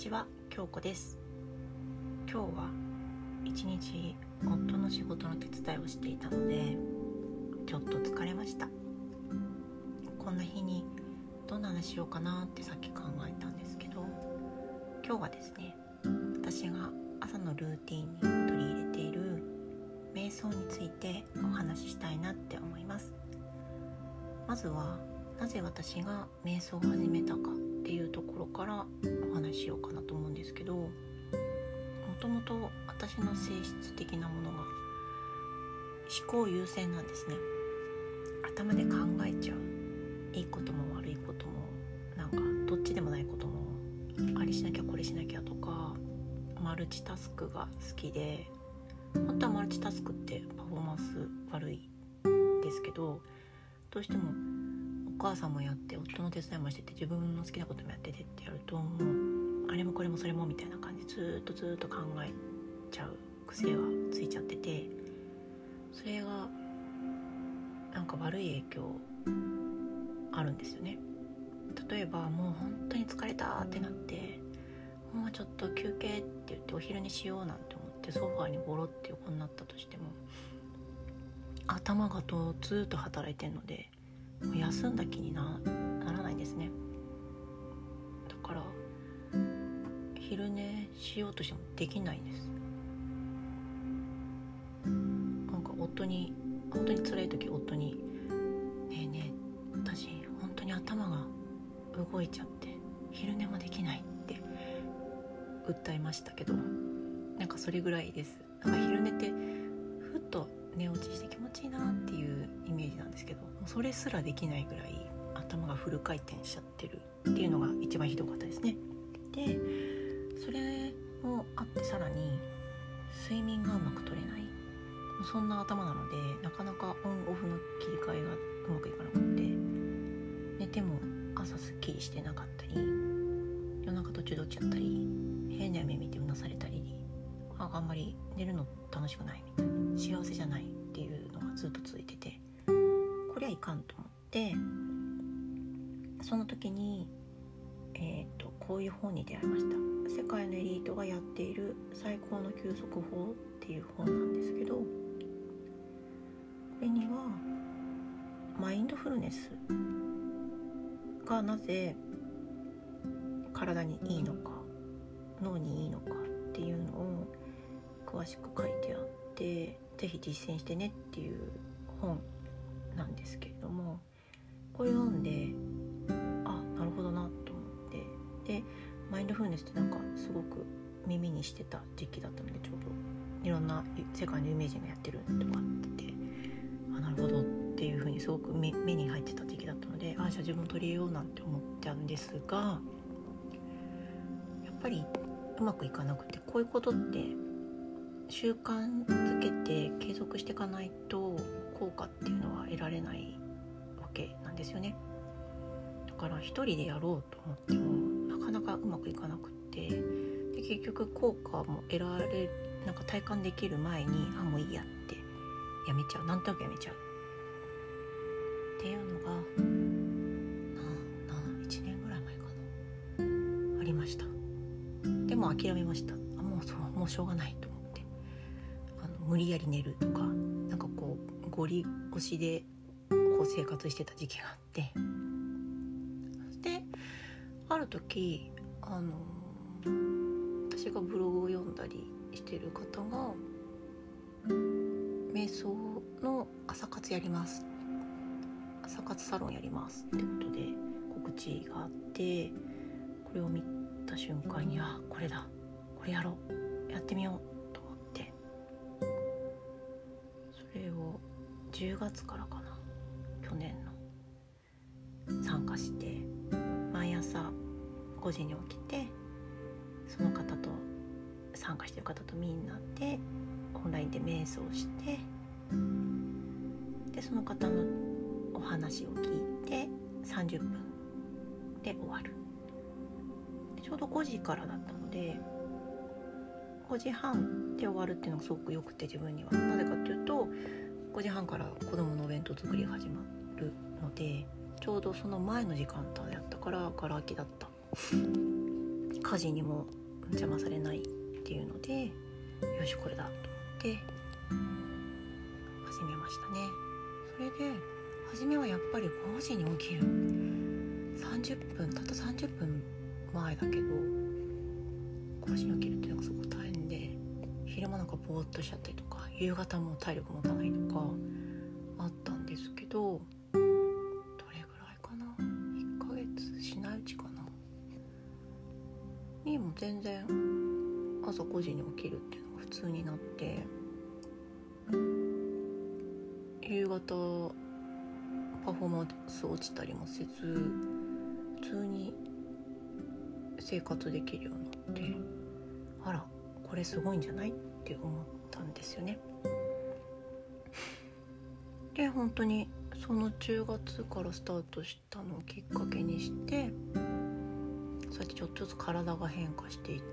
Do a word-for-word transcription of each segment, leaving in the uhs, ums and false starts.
ちは、京子です。今日は一日夫の仕事の手伝いをしていたのでちょっと疲れました。こんな日にどんな話しようかなってさっき考えたんですけど、今日はですね、私が朝のルーティンに取り入れている瞑想についてお話ししたいなって思います。まずはなぜ私が瞑想を始めたかっていうところからお話ししようかなと思うんですけど、もともと私の性質的なものが思考優先なんですね。頭で考えちゃう。いいことも悪いこともなんかどっちでもないこともあれしなきゃこれしなきゃとか、マルチタスクが好きで、本当はマルチタスクってパフォーマンス悪いですけど、どうしてもお母さんもやって夫の手伝いもしてて自分の好きなこともやっててってやると、もうあれもこれもそれもみたいな感じでずっとずっと考えちゃう癖がついちゃってて、それがなんか悪い影響あるんですよね。例えばもう本当に疲れたってなって、もうちょっと休憩って言ってお昼寝しようなんて思ってソファーにゴロって横になったとしても、頭がとずっと働いてるのでもう休んだ気に な, ならないんですね。だから昼寝しようとしてもできないんです。なんか夫に本当に辛い時夫にねえねえ私本当に頭が動いちゃって昼寝もできないって訴えましたけど、なんかそれぐらいです。なんか昼寝ってふっと寝落ちして気持ちいいなっていうイメージなんですけど、もうそれすらできないぐらい頭がフル回転しちゃってるっていうのが一番ひどかったですね。でそれもあってさらに睡眠がうまく取れない、そんな頭なのでなかなかオンオフの切り替えがうまくいかなくて、寝ても朝すっきりしてなかったり、夜中途中で落ちちゃったり、変な夢見てうなされたり、ああんまり寝るの楽しくないみたいな、幸せじゃないっていうのがずっと続いてて、こりゃいかんと思って、その時にえーとこういう本に出会いました。世界のエリートがやっている最高の休息法っていう本なんですけど、これにはマインドフルネスがなぜ体にいいのか脳にいいのかっていうのを詳しく書いてあって、ぜひ実践してねっていう本なんですけれども、これを読んであなるほどなと思って、でマインドフルネスってなんかすごく耳にしてた時期だったので、ちょうどいろんな世界の有名人がやってるとかってて、あなるほどっていう風にすごく 目, 目に入ってた時期だったので、あじゃあ自分も取り入れようなんて思ったんですが、やっぱりうまくいかなくて、こういうことって習慣づけて継続していかないと効果っていうのは得られないわけなんですよね。だから一人でやろうと思ってもなかなかうまくいかなくって、で結局効果も得られる、なんか体感できる前にあもういいやってやめちゃう、なんとなくやめちゃうっていうのがなないちねんぐらい前かなありました。でも諦めました。あもうそうもうしょうがないと思って、あの無理やり寝るとか、なんかこうゴリ押しでこう生活してた時期があって、である時あの私がブログを読んだりしてる方が瞑想の朝活やります、朝活サロンやりますってことで告知があって、これを見た瞬間にあこれだこれやろうやってみようと思って、それをじゅうがつからかな去年の参加して、毎朝ごじに起きてその方と参加している方とみんなでオンラインで瞑想して、でその方のお話を聞いてさんじゅっぷんで終わる。ちょうどごじからだったのでごじはんで終わるっていうのがすごく良くて、自分にはなぜかというとごじはんから子供のお弁当作りが始まるので、ちょうどその前の時間帯だったからガラ空きだった家事にも邪魔されないっていうので、よしこれだと思って始めましたね。それで初めはやっぱりごじに起きる、さんじゅっぷんたったさんじゅっぷんまえだけどごじに起きるっていうのがすごく大変で、昼間なんかぼーっとしちゃったりとか、夕方も体力持たないとかあったんですけど、どれぐらいかな、いっかげつしないうちかなにも全然朝ごじに起きるっていうのが普通になって、夕方パフォーマンス落ちたりもせず普通に生活できるようになって、あらこれすごいんじゃないって思ったんですよね。で本当にそのじゅうがつからスタートしたのをきっかけにして、そうやってちょっとずつ体が変化していって、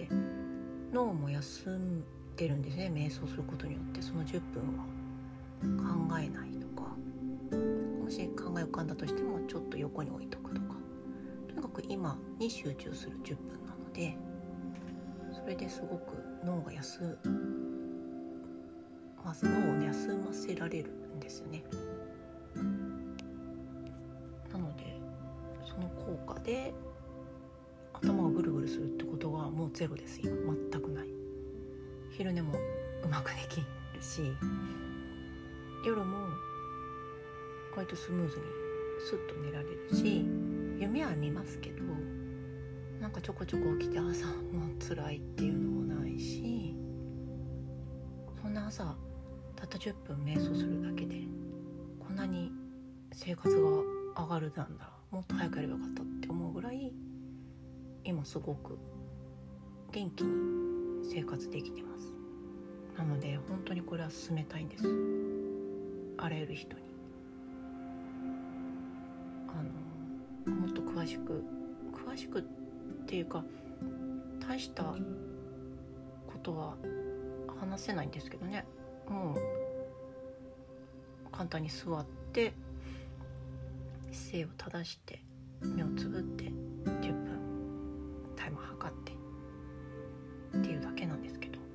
脳も休んでるんですね。瞑想することによってそのじゅっぷんは考えないとか、もし考え浮かんだとしてもちょっと横に置いとくとか、とにかく今に集中するじゅっぷんなので、それですごく脳が休ま脳を、ね、休ませられるんですよね。なのでその効果で頭がぐるぐるするってことはもうゼロです。今全くない。昼寝もうまくできるし、夜も割とスムーズにスッと寝られるし、夢は見ますけどなんかちょこちょこ起きて朝もう辛いっていうのもないし、そんな朝たったじゅっぷん瞑想するだけでこんなに生活が上がるなんだらもっと早くやればよかったって思うぐらい今すごく元気に生活できてます。なので本当にこれは勧めたいんです、あらゆる人に。あのもっと詳しく詳しくっていうか大したことは話せないんですけどね、もう簡単に座って姿勢を正して目をつぶってじゅっぷんタイム測ってっていうだけなんですけど、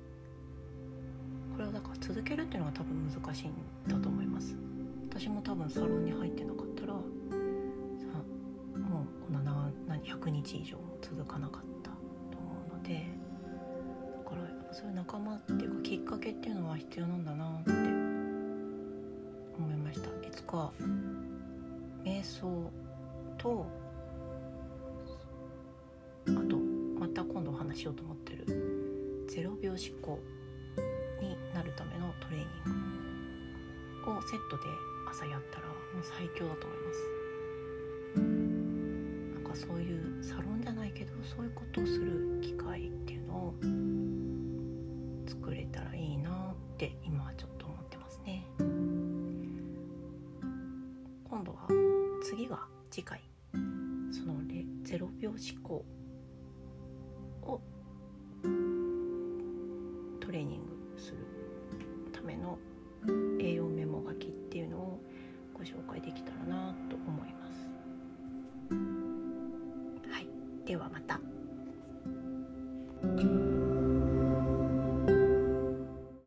これをだから続けるっていうのが多分難しいんだと思います。私も多分サロンに入ってなかったらさもうこんなひゃくにち以上も続かなかったと思うので、だからやっぱそういう仲間っていうかきっかけっていうのは必要なんだなって思いました。いつか瞑想とあとまた今度お話しようと思ってるゼロびょう思考になるためのトレーニングをセットで朝やったらもう最強だと思います。なんかそういうサロンじゃないけどそういうことをする機会っていうのを作れたらいいなって今はちょっと思ってますね。今度は次は次回そのゼロびょう思考